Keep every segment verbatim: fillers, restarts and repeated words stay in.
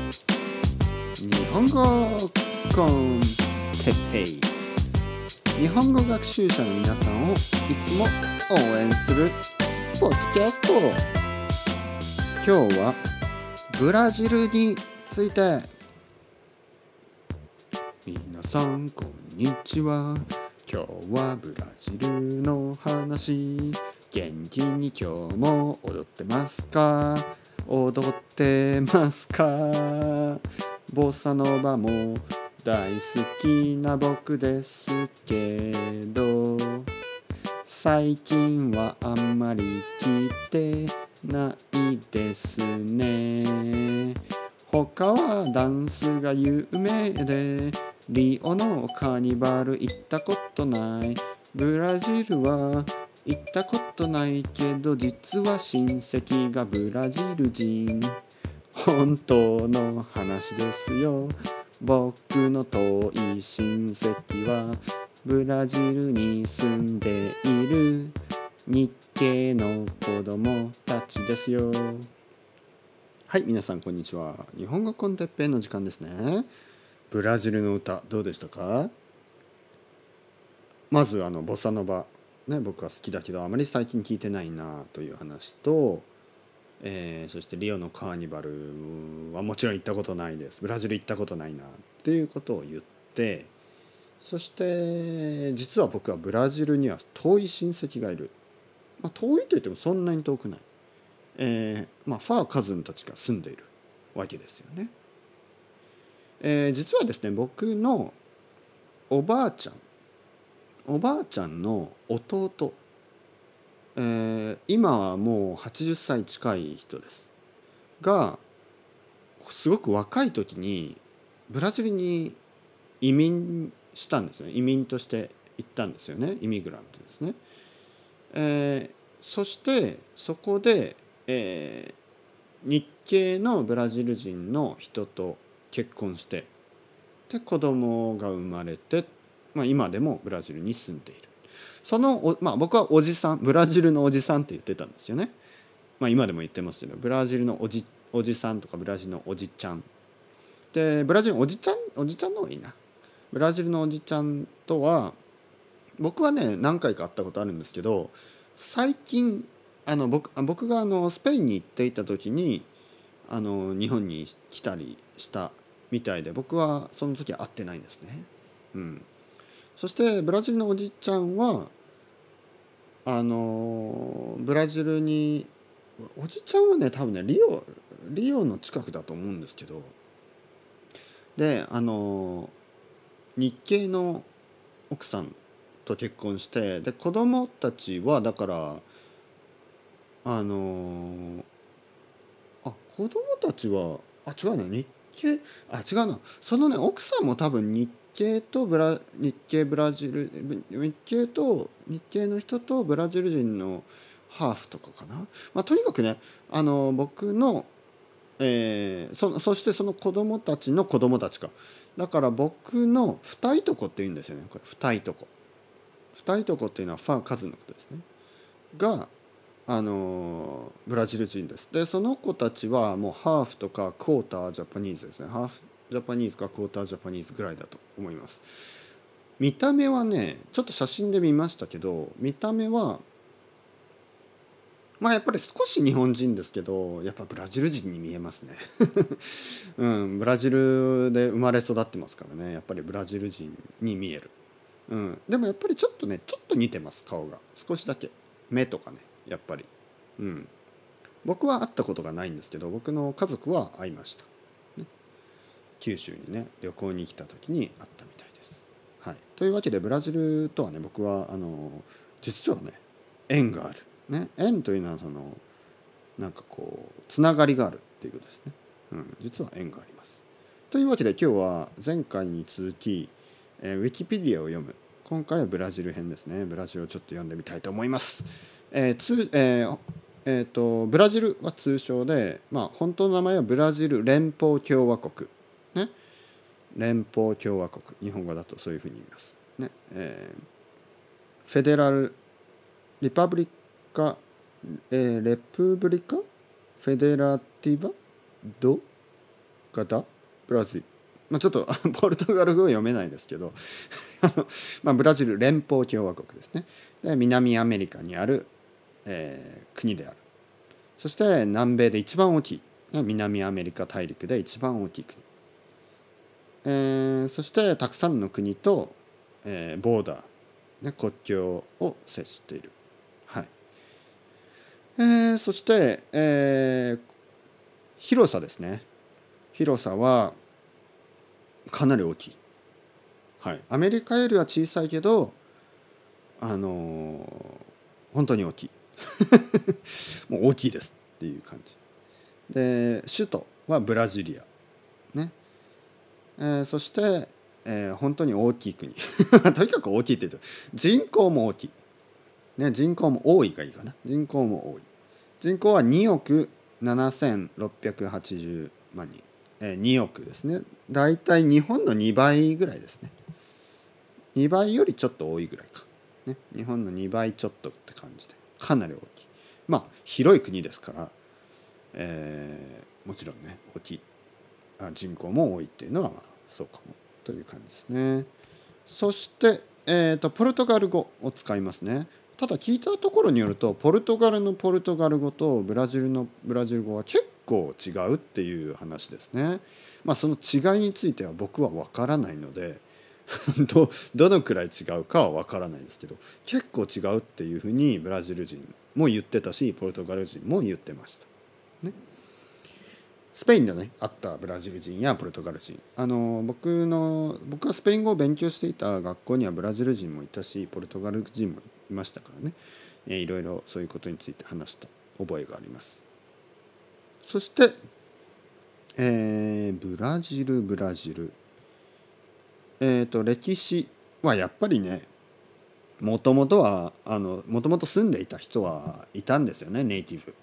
日本語コンテッペイ、日本語学習者の皆さんをいつも応援するポッドキャスト。今日はブラジルについて。皆さんこんにちは。今日はブラジルの話。元気に今日も踊ってますか？踊ってますか？ボサノバも大好きな僕ですけど、最近はあんまり聞いてないですね。他はダンスが有名で、リオのカーニバル行ったことない。ブラジルは行ったことないけど、実は親戚がブラジル人。本当の話ですよ。僕の遠い親戚はブラジルに住んでいる日系の子供たちですよ。はい、皆さんこんにちは。日本語コンテッペイの時間ですね。ブラジルの歌どうでしたか？まずあのボサノバね、僕は好きだけどあまり最近聞いてないなという話と、えー、そしてリオのカーニバルはもちろん行ったことないです。ブラジル行ったことないなっていうことを言って、そして実は僕はブラジルには遠い親戚がいる。まあ、遠いといってもそんなに遠くない。えーまあ、ファーカズンたちが住んでいるわけですよね。えー、実はですね、僕のおばあちゃんおばあちゃんの弟、えー、今はもうはちじゅっさい近い人ですが、すごく若い時にブラジルに移民したんですよね。移民として行ったんですよね。イミグラントですね。えー、そしてそこで、えー、日系のブラジル人の人と結婚して、で子供が生まれて、まあ、今でもブラジルに住んでいる。その、まあ、僕はおじさん、ブラジルのおじさんって言ってたんですよね。まあ、今でも言ってますけど、ブラジルのおじ、おじさんとかブラジルのおじちゃんで、ブラジルのおじちゃんおじちゃんの方がいいな。ブラジルのおじちゃんとは僕はね何回か会ったことあるんですけど、最近あの 僕, 僕があのスペインに行っていた時にあの日本に来たりしたみたいで、僕はその時は会ってないんですね。うん、そしてブラジルのおじちゃんはあのブラジルに、おじちゃんはね多分ねリオリオの近くだと思うんですけど、であの日系の奥さんと結婚して、で子供たちはだからあのあ子供たちはあ違うな日系あ違うなそのね奥さんも多分日系とブラ日系ブラジル日系と日系の人とブラジル人のハーフとかかな。まあ、とにかくねあの僕の、えー、そ, そしてその子供たちの子供たちか、だから僕の二いとこって言うんですよね。これ二いとこ二いとこっていうのはファー数のことですねが、あのブラジル人です。でその子たちはもうハーフとかクォータージャパニーズですね。ハーフジャパニーズかクォータージャパニーズぐらいだと思います。見た目はねちょっと写真で見ましたけど、見た目はまあやっぱり少し日本人ですけど、やっぱブラジル人に見えますね、うん、ブラジルで生まれ育ってますからね、やっぱりブラジル人に見える。うん、でもやっぱりちょっとねちょっと似てます、顔が少しだけ、目とかねやっぱり。うん、僕は会ったことがないんですけど、僕の家族は会いました、ね、九州にね旅行に来た時に会ったみたいです。はい、というわけでブラジルとはね僕はあの実はね縁がある、ね、縁というのはそのなんかこうつながりがあるっていうことですね。うん、実は縁があります。というわけで今日は前回に続き、えー、ウィキペディアを読む。今回はブラジル編ですね。ブラジルをちょっと読んでみたいと思います。えーつえーえー、とブラジルは通称で、まあ、本当の名前はブラジル連邦共和国、ね、連邦共和国、日本語だとそういうふうに言います、ねえー、フェデラルリパブリカ、えー、レプブリカフェデラティバド方ブラジル、まあ、ちょっとポルトガル語は読めないですけどあの、まあ、ブラジル連邦共和国ですね。で南アメリカにある、えー国である。そして南米で一番大きい南アメリカ大陸で一番大きい国、えー、そしてたくさんの国と、えー、ボーダー、ね、国境を接している。はい。えー、そして、えー、広さですね。広さはかなり大きい。はい。アメリカよりは小さいけど、あのー本当に大きい。もう大きいですっていう感じ。で、首都はブラジリア。ね。えー、そして、えー、本当に大きい国。とにかく大きいって言うと、人口も大きい。ね、人口も多いがいいかな。人口も多い。人口はにおくななせんろっぴゃくはちじゅうまん人。えー、におくですね。だいたい日本のにばいぐらいですね。にばいよりちょっと多いぐらいか。ね、日本のにばいちょっとって感じで。かなり大きい。まあ、広い国ですから、えー、もちろんね、大きい。あ、人口も多いっていうのは、まあ、そうかもという感じですね。そして、えーと、ポルトガル語を使いますね。ただ聞いたところによるとポルトガルのポルトガル語とブラジルのブラジル語は結構違うっていう話ですね。まあその違いについては僕は分からないのでど, どのくらい違うかは分からないですけど、結構違うっていうふうにブラジル人も言ってたしポルトガル人も言ってました、ね。スペインでね会ったブラジル人やポルトガル人、あの僕の僕がスペイン語を勉強していた学校にはブラジル人もいたしポルトガル人もいましたからね、えいろいろそういうことについて話した覚えがあります。そして、えー、ブラジルブラジルえーと歴史はやっぱりね、もともとはあのもともと住んでいた人はいたんですよね、ネイティブ。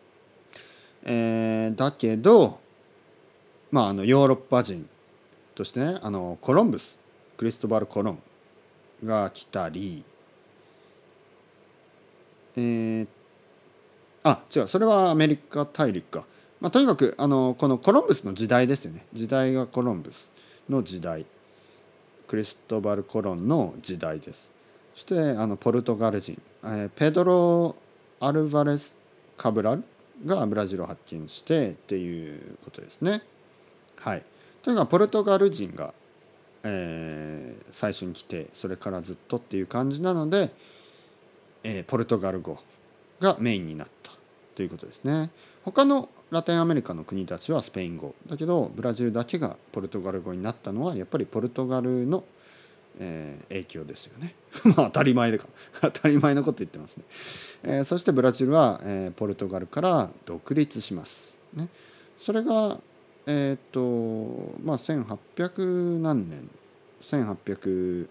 えーだけどまあ、あのヨーロッパ人としてね、あのコロンブスクリストバル・コロンが来たり、えー、あ違うそれはアメリカ大陸か、まあ、とにかくあのこのコロンブスの時代ですよね。時代がコロンブスの時代、クリストバル・コロンの時代です。そしてあのポルトガル人、えーペドロ・アルバレス・カブラルがブラジルを発見してっていうことですね。はい。というかポルトガル人が、えー最初に来てそれからずっとっていう感じなので、えーポルトガル語がメインになったということですね。他のラテンアメリカの国たちはスペイン語だけどブラジルだけがポルトガル語になったのはやっぱりポルトガルの、えー影響ですよね。まあ当たり前でか当たり前のこと言ってますね。えーそしてブラジルは、えーポルトガルから独立します、ね。それがえっ、とまあせんはっぴゃく何年せんはっぴゃく、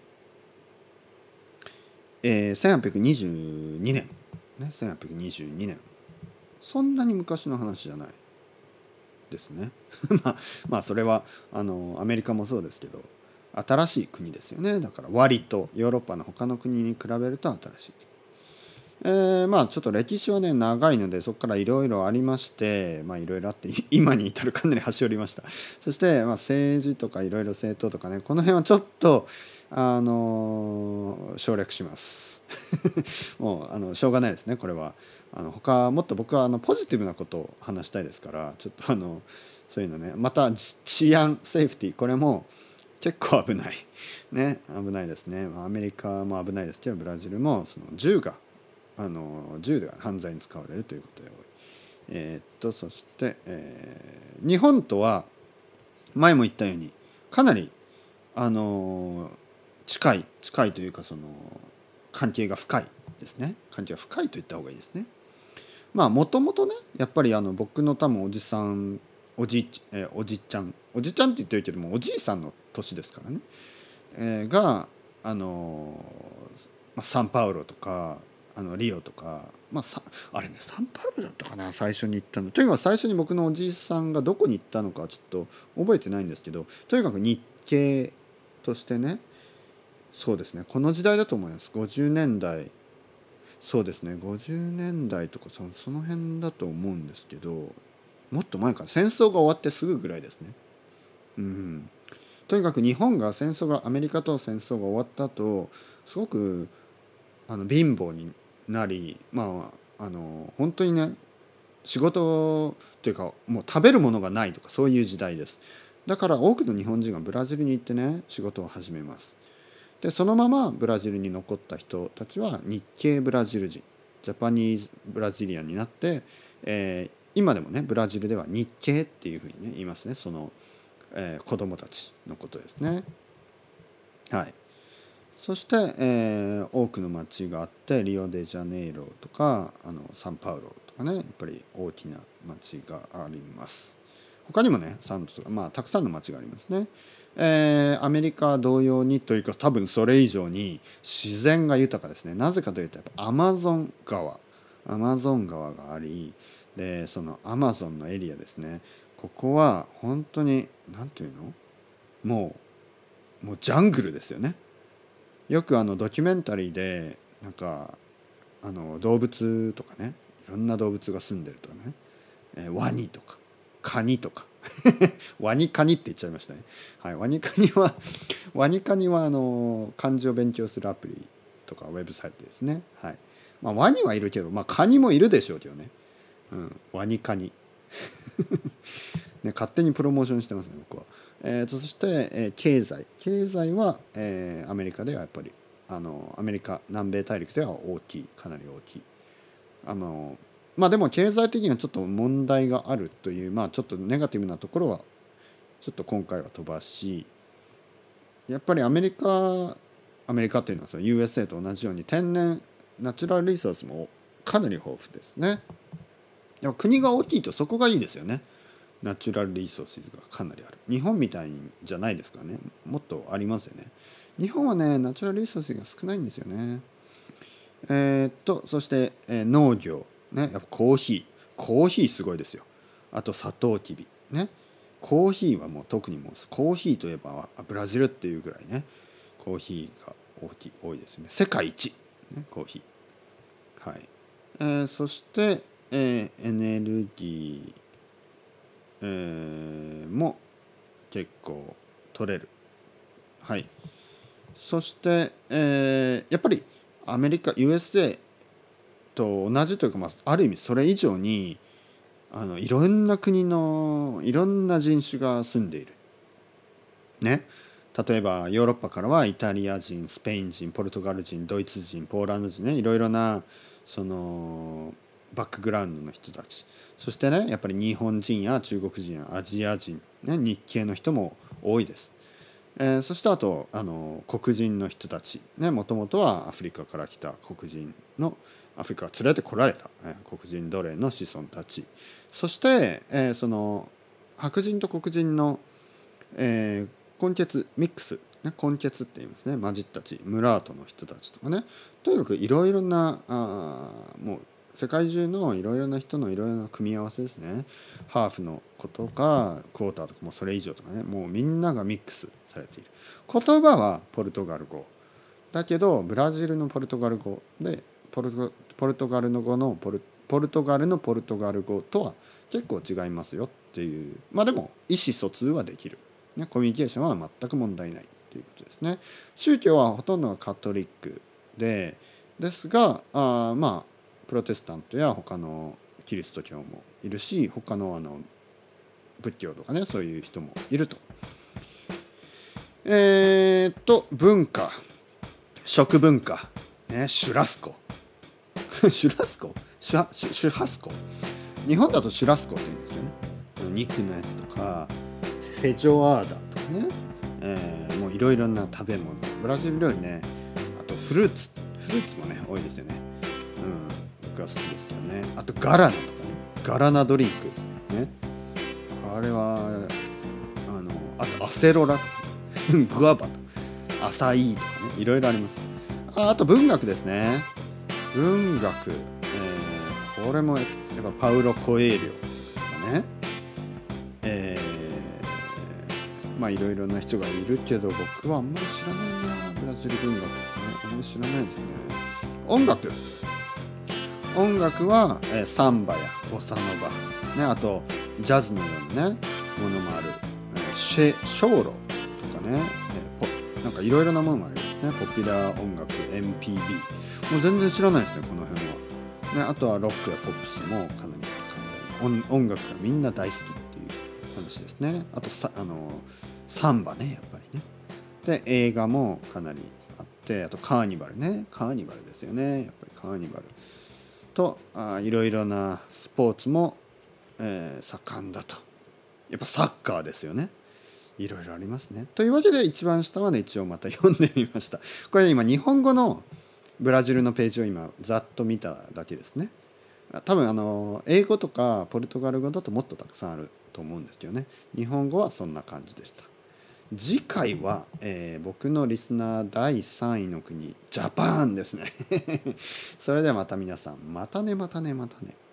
えー、せんはっぴゃくにじゅうにねん、ね、せんはっぴゃくにじゅうにねん、そんなに昔の話じゃないですね。まあまあそれはあのアメリカもそうですけど新しい国ですよね。だから割とヨーロッパの他の国に比べると新しい。えー、まあちょっと歴史はね長いのでそこからいろいろありましてまあいろいろあって今に至るかなり端折りました。そしてまあ政治とかいろいろ政党とかねこの辺はちょっとあのー省略しますもうあのしょうがないですねこれは。あの他もっと僕はあのポジティブなことを話したいですからちょっとあのそういうのねまた治安セーフティーこれも結構危ないね危ないですね。アメリカも危ないですけどブラジルもその銃があの銃が犯罪に使われるということで多い。えー、っとそして、えー日本とは前も言ったようにかなりあの近い近いというかその関係が深いですね。関係が深いと言った方がいいですね。まあもともとねやっぱりあの僕の多分おじさんおじ,、えーおじちゃんおじちゃんって言ってるけどもおじいさんの年ですからね、えーがあのまあ、サンパウロとかあのリオとか、まあ、さあれねサンパウロだったかな最初に行ったの。とにかく最初に僕のおじいさんがどこに行ったのかちょっと覚えてないんですけどとにかく日系としてねそうですねこの時代だと思います。ごじゅうねんだいそうですねごじゅうねんだいとかその辺だと思うんですけどもっと前から戦争が終わってすぐぐらいですね。 うん、とにかく日本が戦争がアメリカと戦争が終わった後すごくあの貧乏になり、まああの本当にね仕事というかもう食べるものがないとかそういう時代です。だから多くの日本人がブラジルに行ってね仕事を始めます。でそのままブラジルに残った人たちは日系ブラジル人ジャパニーズブラジリアンになって、えー、今でもねブラジルでは日系っていうふうにね言いますね。その、えー、子供たちのことですね。はい。そして、えー、多くの町があってリオデジャネイロとかあのサンパウロとかねやっぱり大きな町があります。他にもねサントとかまあたくさんの町がありますね。えー、アメリカ同様にというか多分それ以上に自然が豊かですね。なぜかというとやっぱアマゾン川アマゾン川がありでそのアマゾンのエリアですね。ここは本当に何ていうのもうもうジャングルですよね。よくあのドキュメンタリーでなんかあの動物とかねいろんな動物が住んでるとかね、えー、ワニとかカニとかワニカニって言っちゃいましたね。はい、ワニカニはワニカニはあの漢字を勉強するアプリとかウェブサイトですね。はい。まあワニはいるけど、まあカニもいるでしょうけどね。うん、ワニカニね勝手にプロモーションしてますね僕は。えー、とそして、えー、経済経済は、えー、アメリカではやっぱりあのアメリカ南米大陸では大きいかなり大きいあのまあでも経済的にはちょっと問題があるというまあちょっとネガティブなところはちょっと今回は飛ばしやっぱりアメリカアメリカというのはその ユーエスエー と同じように天然ナチュラルリソースもかなり豊富ですね。やっぱ国が大きいとそこがいいですよね。ナチュラルリソースがかなりある。日本みたいじゃないですからね。もっとありますよね。日本はねナチュラルリソースが少ないんですよね。えー、っとそして、えー、農業ねやっぱコーヒーコーヒーすごいですよ。あとサトウキビねコーヒーはもう特にもうコーヒーといえばブラジルっていうぐらいねコーヒーが大きい多いですね。世界一、ね、コーヒーはい、えー、そして、えー、エネルギーえー、も結構取れる。はい。そして、えー、やっぱりアメリカ ユーエスエー と同じというか、まあ、ある意味それ以上にあのいろんな国のいろんな人種が住んでいる。ね。例えばヨーロッパからはイタリア人、スペイン人、ポルトガル人、ドイツ人、ポーランド人ねいろいろなそのバックグラウンドの人たち。そしてねやっぱり日本人や中国人やアジア人、ね、日系の人も多いです。えー、そしてあとあの黒人の人たちねもともとはアフリカから来た黒人のアフリカから連れてこられた、えー、黒人奴隷の子孫たちそして、えー、その白人と黒人の、えー、混血ミックス、ね、混血って言いますね混じったちムラートの人たちとかねとにかくいろいろなあもう世界中のいろいろな人のいろいろな組み合わせですね。ハーフの子とかクォーターとかもそれ以上とかねもうみんながミックスされている。言葉はポルトガル語だけどブラジルのポルトガル語でポルト、ポルトガルの語のポル、ポルトガルのポルトガル語とは結構違いますよっていうまあでも意思疎通はできる、ね、コミュニケーションは全く問題ないということですね。宗教はほとんどがカトリックでですがあまあプロテスタントや他のキリスト教もいるし他のあの仏教とかねそういう人もいると。えー、っと文化食文化、ね、シュラスコシュラスコシュシュシュハスコ日本だとシュラスコって言うんですよね。肉のやつとかフェジョアーダとかね、えー、もういろいろな食べ物ブラジル料理ねあとフルーツフルーツもね多いですよね。うんが好きですけどね。あとガラナとかねガラナドリンクねあれはあのあとアセロラとか、ね、グアバとかアサイーとかねいろいろあります。 あ, あと文学ですね。文学、えー、これもやっぱパウロ・コエーリョとかねえー、まあいろいろな人がいるけど僕はあんまり知らないなブラジル文学、ね、あんまり知らないですね。音楽音楽は、えー、サンバやボサノバ、ね、あとジャズのような、ね、ものもある、えー、 シェショーロとかね、えー、ポなんかいろいろなものもありますね。ポピュラー音楽 エムピービー もう全然知らないですねこの辺は、ね、あとはロックやポップスもかなり盛んで 音, 音楽がみんな大好きっていう話ですね。あとさあのサンバねやっぱりね。で映画もかなりあって、あとカーニバルね、カーニバルですよねやっぱりカーニバルとあいろいろなスポーツも、えー、盛んだと。やっぱサッカーですよね。いろいろありますね。というわけで一番下まで一応また読んでみました。これ今日本語のブラジルのページを今ざっと見ただけですね。多分あの英語とかポルトガル語だともっとたくさんあると思うんですけどね。日本語はそんな感じでした。次回は、えー、僕のリスナーだいさんいの国ジャパンですね。それではまた皆さんまたねまたねまたね。